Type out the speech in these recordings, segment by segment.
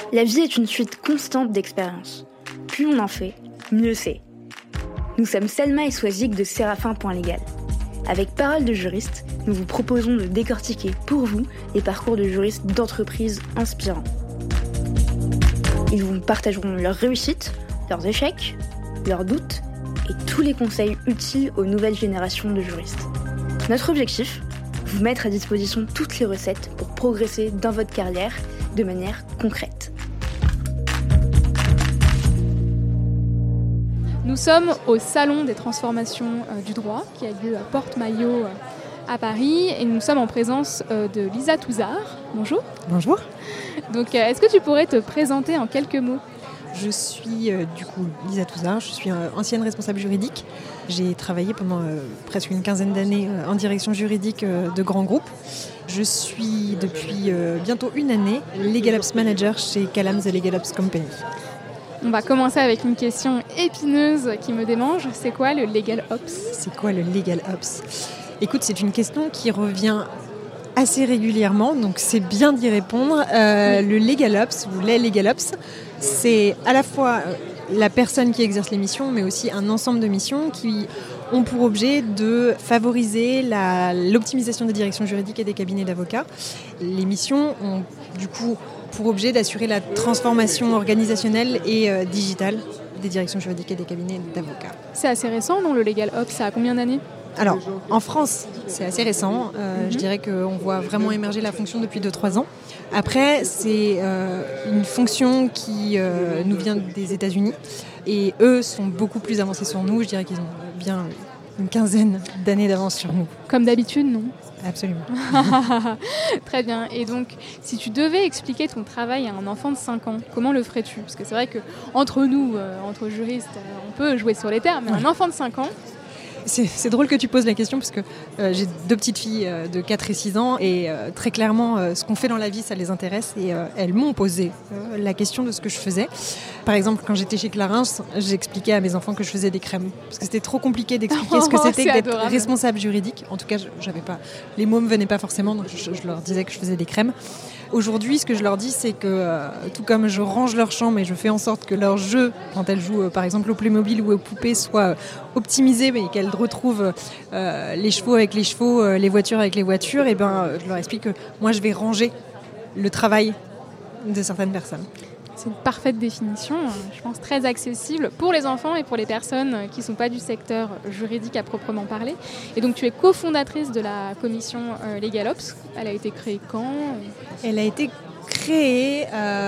La vie est une suite constante d'expériences. Plus on en fait, mieux c'est. Nous sommes Selma et Swazik de Séraphin.légal. Avec Parole de juriste, nous vous proposons de décortiquer pour vous les parcours de juristes d'entreprises inspirants. Ils vous partageront leurs réussites, leurs échecs, leurs doutes et tous les conseils utiles aux nouvelles générations de juristes. Notre objectif, vous mettre à disposition toutes les recettes pour progresser dans votre carrière de manière concrète. Nous sommes au Salon des transformations du droit qui a lieu à Porte-Maillot à Paris et nous sommes en présence de Lisa Touzard. Bonjour. Bonjour. Donc, est-ce que tu pourrais te présenter en quelques mots ? Je suis Lisa Touzard, je suis ancienne responsable juridique. J'ai travaillé pendant presque une quinzaine d'années en direction juridique de grands groupes. Je suis depuis bientôt une année Legal Ops Manager chez Calam The Legal Ops Company. On va commencer avec une question épineuse qui me démange. C'est quoi le Legal Ops ? C'est quoi le Legal Ops ? Écoute, c'est une question qui revient assez régulièrement, donc c'est bien d'y répondre. Le Legal Ops ou les Legal Ops, c'est à la fois la personne qui exerce les missions, mais aussi un ensemble de missions qui ont pour objet de favoriser l'optimisation des directions juridiques et des cabinets d'avocats. Les missions ont du coup pour objet d'assurer la transformation organisationnelle et digitale des directions juridiques et des cabinets d'avocats. C'est assez récent, non, le Legal Ops ? Ça a combien d'années ? Alors, en France, c'est assez récent. Je dirais qu'on voit vraiment émerger la fonction depuis 2-3 ans. Après, c'est une fonction qui nous vient des États-Unis. Et eux sont beaucoup plus avancés sur nous. Je dirais qu'ils ont bien une quinzaine d'années d'avance sur nous. Comme d'habitude, non ? Absolument. Très bien. Et donc, si tu devais expliquer ton travail à un enfant de 5 ans, comment le ferais-tu ? Parce que c'est vrai qu'entre nous, entre juristes, on peut jouer sur les termes. Mais un enfant de 5 ans... C'est drôle que tu poses la question parce que j'ai 2 petites filles de 4 et 6 ans et très clairement ce qu'on fait dans la vie ça les intéresse et elles m'ont posé la question de ce que je faisais. Par exemple quand j'étais chez Clarins, j'expliquais à mes enfants que je faisais des crèmes parce que c'était trop compliqué d'expliquer ce que c'était que d'être responsable juridique. En tout cas j'avais pas, les mots me venaient pas forcément donc je leur disais que je faisais des crèmes. Aujourd'hui, ce que je leur dis, c'est que tout comme je range leur chambre et je fais en sorte que leur jeu, quand elles jouent par exemple au Playmobil ou aux poupées, soit optimisé, mais qu'elles retrouvent les chevaux avec les chevaux, les voitures avec les voitures, et je leur explique que moi, je vais ranger le travail de certaines personnes. C'est une parfaite définition, je pense très accessible pour les enfants et pour les personnes qui ne sont pas du secteur juridique à proprement parler. Et donc tu es cofondatrice de la commission Legal Ops. Elle a été créée quand ? Elle a été créée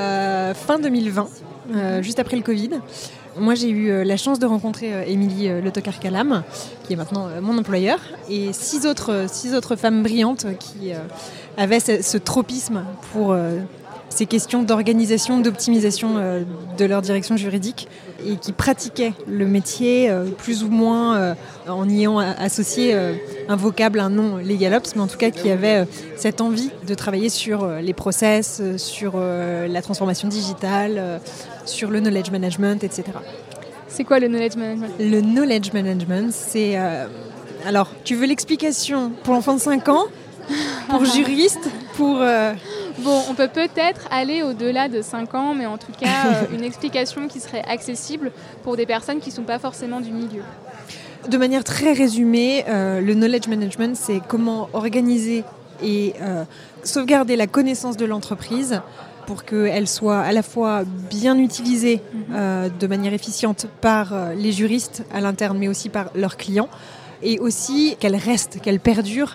fin 2020, juste après le Covid. Moi, j'ai eu la chance de rencontrer Émilie Le Tocard-Calam, qui est maintenant mon employeur, et 6 autres femmes brillantes qui avaient ce tropisme pour... ces questions d'organisation, d'optimisation de leur direction juridique et qui pratiquaient le métier plus ou moins en y ayant associé un vocable, un nom Legal Ops, mais en tout cas qui avaient cette envie de travailler sur les process, sur la transformation digitale, sur le knowledge management, etc. C'est quoi le knowledge management ? Le knowledge management, c'est... alors, tu veux l'explication pour l'enfant de 5 ans ? Pour juriste ? Pour... Bon, on peut peut-être aller au-delà de 5 ans, mais en tout cas, une explication qui serait accessible pour des personnes qui ne sont pas forcément du milieu. De manière très résumée, le knowledge management, c'est comment organiser et sauvegarder la connaissance de l'entreprise pour qu'elle soit à la fois bien utilisée de manière efficiente par les juristes à l'interne, mais aussi par leurs clients. Et aussi qu'elle reste, qu'elle perdure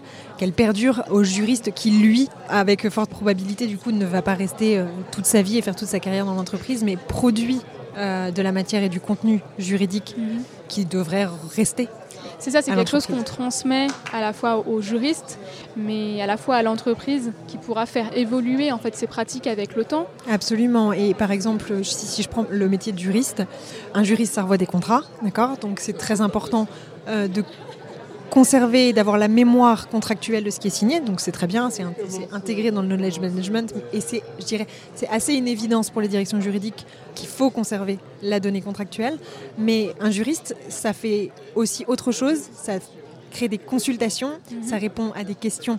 au juriste qui, lui, avec forte probabilité, du coup, ne va pas rester toute sa vie et faire toute sa carrière dans l'entreprise, mais produit de la matière et du contenu juridique qui devrait rester. C'est ça, c'est quelque chose qu'on transmet à la fois aux juristes, mais à la fois à l'entreprise qui pourra faire évoluer en fait ses pratiques avec le temps. Absolument. Et par exemple, si je prends le métier de juriste, un juriste, ça revoit des contrats, d'accord ? Donc c'est très important de conserver et d'avoir la mémoire contractuelle de ce qui est signé, donc c'est très bien, c'est intégré dans le knowledge management et c'est assez une évidence pour les directions juridiques qu'il faut conserver la donnée contractuelle, mais un juriste, ça fait aussi autre chose, ça crée des consultations, ça répond à des questions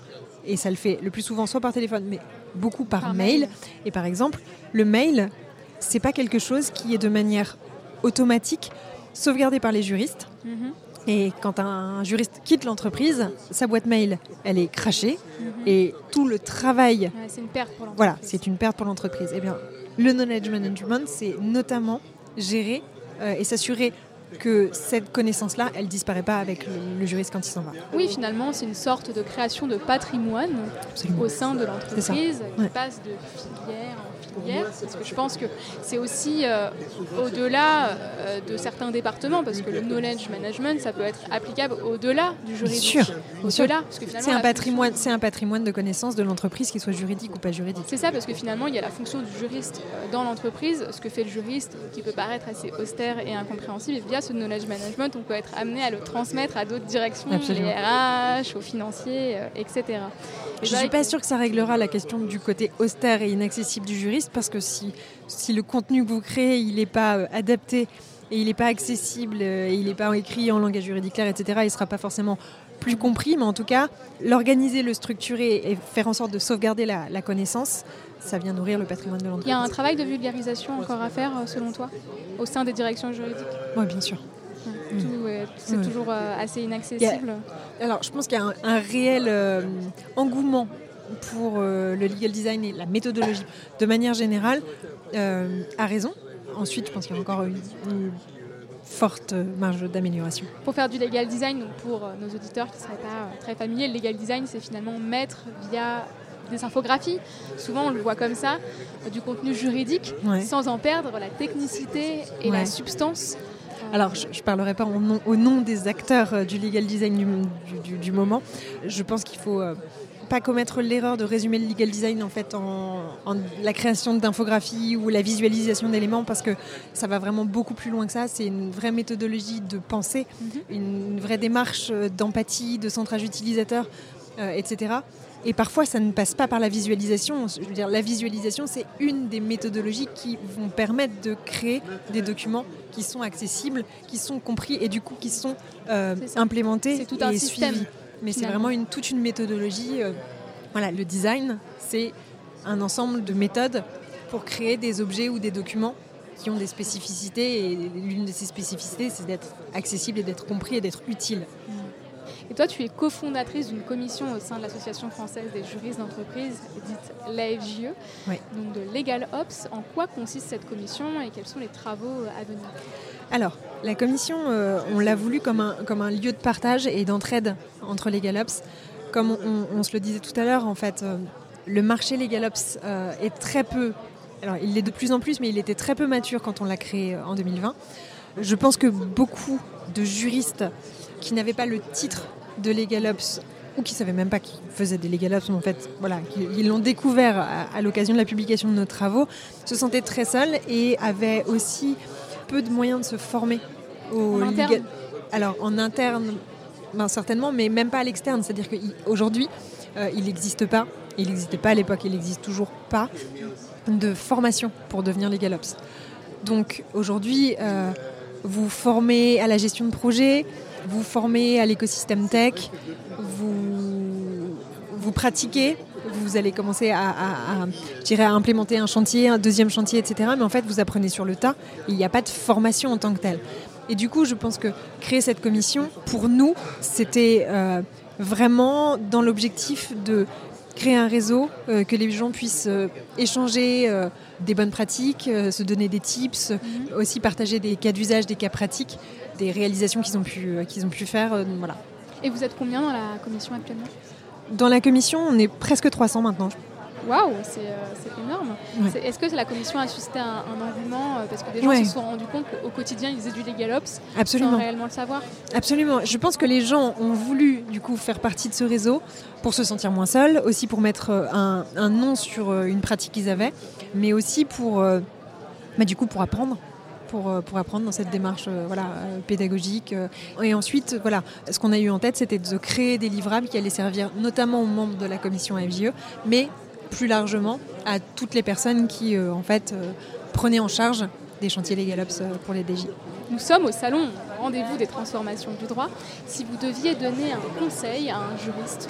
et ça le fait le plus souvent soit par téléphone, mais beaucoup par mail. Et par exemple, le mail, c'est pas quelque chose qui est de manière automatique sauvegardé par les juristes. Et quand un juriste quitte l'entreprise, sa boîte mail, elle est crachée et tout le travail... c'est une perte pour l'entreprise. Voilà, c'est une perte pour l'entreprise. Eh bien, le knowledge management, c'est notamment gérer et s'assurer que cette connaissance-là, elle ne disparaît pas avec le juriste quand il s'en va. Oui, finalement, c'est une sorte de création de patrimoine au sein de l'entreprise qui passe de filière en filière. Parce que je pense que c'est aussi au-delà de certains départements, parce que le knowledge management, ça peut être applicable au-delà du juridique. Bien sûr. Au-delà, parce que finalement, c'est un patrimoine de connaissances de l'entreprise, qu'il soit juridique ou pas juridique. C'est ça, parce que finalement, il y a la fonction du juriste dans l'entreprise, ce que fait le juriste, qui peut paraître assez austère et incompréhensible. Et via ce knowledge management, on peut être amené à le transmettre à d'autres directions, les RH, aux financiers, etc. Je ne suis pas sûre que ça réglera la question du côté austère et inaccessible du juriste, parce que si le contenu que vous créez, il n'est pas adapté et il n'est pas accessible et il n'est pas écrit en langage juridique clair, etc., il ne sera pas forcément plus compris, mais en tout cas, l'organiser, le structurer et faire en sorte de sauvegarder la connaissance, ça vient nourrir le patrimoine de l'entreprise. Il y a un travail de vulgarisation encore à faire, selon toi, au sein des directions juridiques ? Oui, bien sûr. C'est toujours assez inaccessible. Alors, je pense qu'il y a un réel engouement pour le legal design et la méthodologie de manière générale, à raison. Ensuite, je pense qu'il y a encore une forte marge d'amélioration. Pour faire du legal design, donc pour nos auditeurs qui ne seraient pas très familiers, le legal design, c'est finalement mettre via des infographies, souvent on le voit comme ça, du contenu juridique, sans en perdre la technicité et la substance. Alors, je ne parlerai pas au nom des acteurs du legal design du moment. Je pense qu'il faut pas commettre l'erreur de résumer le legal design en fait en la création d'infographies ou la visualisation d'éléments, parce que ça va vraiment beaucoup plus loin que ça. C'est une vraie méthodologie de pensée, une vraie démarche d'empathie, de centrage utilisateur, etc. Et parfois, ça ne passe pas par la visualisation. Je veux dire, la visualisation, c'est une des méthodologies qui vont permettre de créer des documents qui sont accessibles, qui sont compris et du coup qui sont implémentés c'est tout un et système, suivis. Mais c'est vraiment toute une méthodologie. Voilà, le design, c'est un ensemble de méthodes pour créer des objets ou des documents qui ont des spécificités. Et l'une de ces spécificités, c'est d'être accessible et d'être compris et d'être utile. Et toi, tu es cofondatrice d'une commission au sein de l'Association française des juristes d'entreprise, dite l'AFJE, donc de Legal Ops. En quoi consiste cette commission et quels sont les travaux à venir ? Alors, la commission, on l'a voulu comme un lieu de partage et d'entraide entre Legal Ops. Comme on se le disait tout à l'heure, en fait, le marché Legal Ops est très peu... Alors, il l'est de plus en plus, mais il était très peu mature quand on l'a créé en 2020. Je pense que beaucoup de juristes qui n'avaient pas le titre de Legal Ops ou qui ne savaient même pas qu'ils faisaient des Legal Ops, mais en fait, voilà, ils l'ont découvert à l'occasion de la publication de nos travaux, se sentaient très seuls et avaient aussi peu de moyens de se former au legal. Alors, en interne, certainement, mais même pas à l'externe. C'est-à-dire qu'aujourd'hui, il n'existe pas, il n'existait pas à l'époque, il n'existe toujours pas de formation pour devenir Legal Ops. Donc, aujourd'hui, vous formez à la gestion de projet, vous formez à l'écosystème tech, vous pratiquez, vous allez commencer à implémenter un chantier, un deuxième chantier, etc. Mais en fait, vous apprenez sur le tas et il n'y a pas de formation en tant que telle. Et du coup, je pense que créer cette commission, pour nous, c'était vraiment dans l'objectif de créer un réseau, que les gens puissent échanger des bonnes pratiques, se donner des tips, aussi partager des cas d'usage, des cas pratiques, des réalisations qu'ils ont pu faire. Voilà. Et vous êtes combien dans la commission actuellement ? Dans la commission, on est presque 300 maintenant. Waouh, c'est énorme. Ouais. Est-ce que la commission a suscité un engouement parce que des gens se sont rendus compte qu'au quotidien, ils faisaient du Legal Ops sans réellement le savoir ? Absolument. Je pense que les gens ont voulu du coup faire partie de ce réseau pour se sentir moins seuls, aussi pour mettre un nom sur une pratique qu'ils avaient, mais aussi pour apprendre. Pour apprendre dans cette démarche pédagogique. Et ensuite, ce qu'on a eu en tête, c'était de créer des livrables qui allaient servir notamment aux membres de la commission AFJE, mais plus largement à toutes les personnes qui, prenaient en charge des chantiers Legal Ops pour les DJ. Nous sommes au salon rendez-vous des transformations du droit. Si vous deviez donner un conseil à un juriste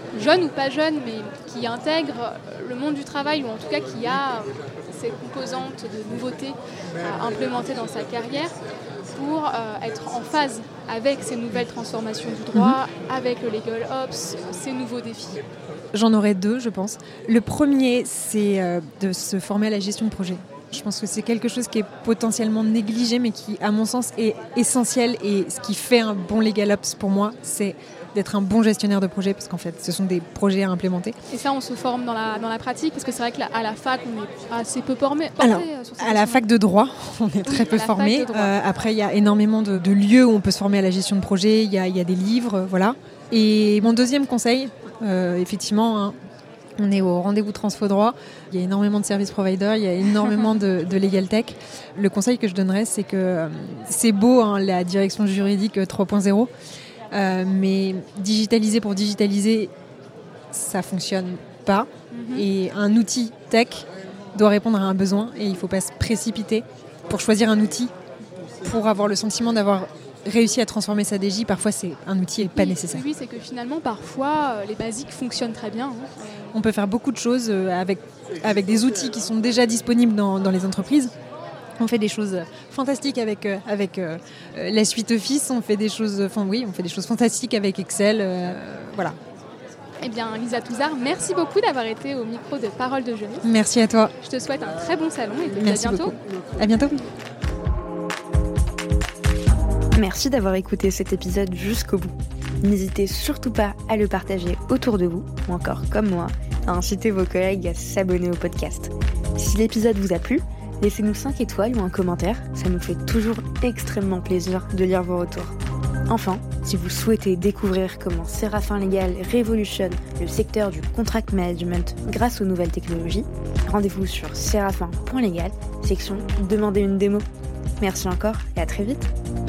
jeune ou pas jeune, mais qui intègre le monde du travail, ou en tout cas qui a ces composantes de nouveautés à implémenter dans sa carrière pour être en phase avec ces nouvelles transformations du droit, avec le Legal Ops, ces nouveaux défis? J'en aurais 2, je pense. Le premier, c'est de se former à la gestion de projet. Je pense que c'est quelque chose qui est potentiellement négligé, mais qui, à mon sens, est essentiel. Et ce qui fait un bon Legal Ops pour moi, c'est d'être un bon gestionnaire de projet, parce qu'en fait, ce sont des projets à implémenter. Et ça, on se forme dans la pratique, parce que c'est vrai qu'à la fac, on est assez peu formé. Alors, à la fac de droit, on est très peu formé. Après, il y a énormément de lieux où on peut se former à la gestion de projet. Il y a des livres, voilà. Et mon deuxième conseil, effectivement, on est au rendez-vous Transfo Droit. Il y a énormément de service providers, il y a énormément de legal tech. Le conseil que je donnerais, c'est que c'est beau, la direction juridique 3.0, mais digitaliser pour digitaliser, ça fonctionne pas. Et un outil tech doit répondre à un besoin, et il ne faut pas se précipiter pour choisir un outil pour avoir le sentiment d'avoir réussi à transformer sa DJ. Parfois, c'est un outil pas nécessaire. Oui, c'est que finalement, parfois, les basiques fonctionnent très bien. On peut faire beaucoup de choses avec des outils qui sont déjà disponibles dans les entreprises. On fait des choses fantastiques avec la suite Office. On fait des choses fantastiques avec Excel. Voilà. Eh bien, Lisa Touzard, merci beaucoup d'avoir été au micro de Parole de Juristes. Merci à toi. Je te souhaite un très bon salon et te dis merci à bientôt. Beaucoup. À bientôt. Merci d'avoir écouté cet épisode jusqu'au bout. N'hésitez surtout pas à le partager autour de vous, ou encore comme moi, à inciter vos collègues à s'abonner au podcast. Si l'épisode vous a plu, laissez-nous 5 étoiles ou un commentaire, ça nous fait toujours extrêmement plaisir de lire vos retours. Enfin, si vous souhaitez découvrir comment Séraphin Légal révolutionne le secteur du contract management grâce aux nouvelles technologies, rendez-vous sur séraphin.légal, section « Demandez une démo ». Merci encore et à très vite.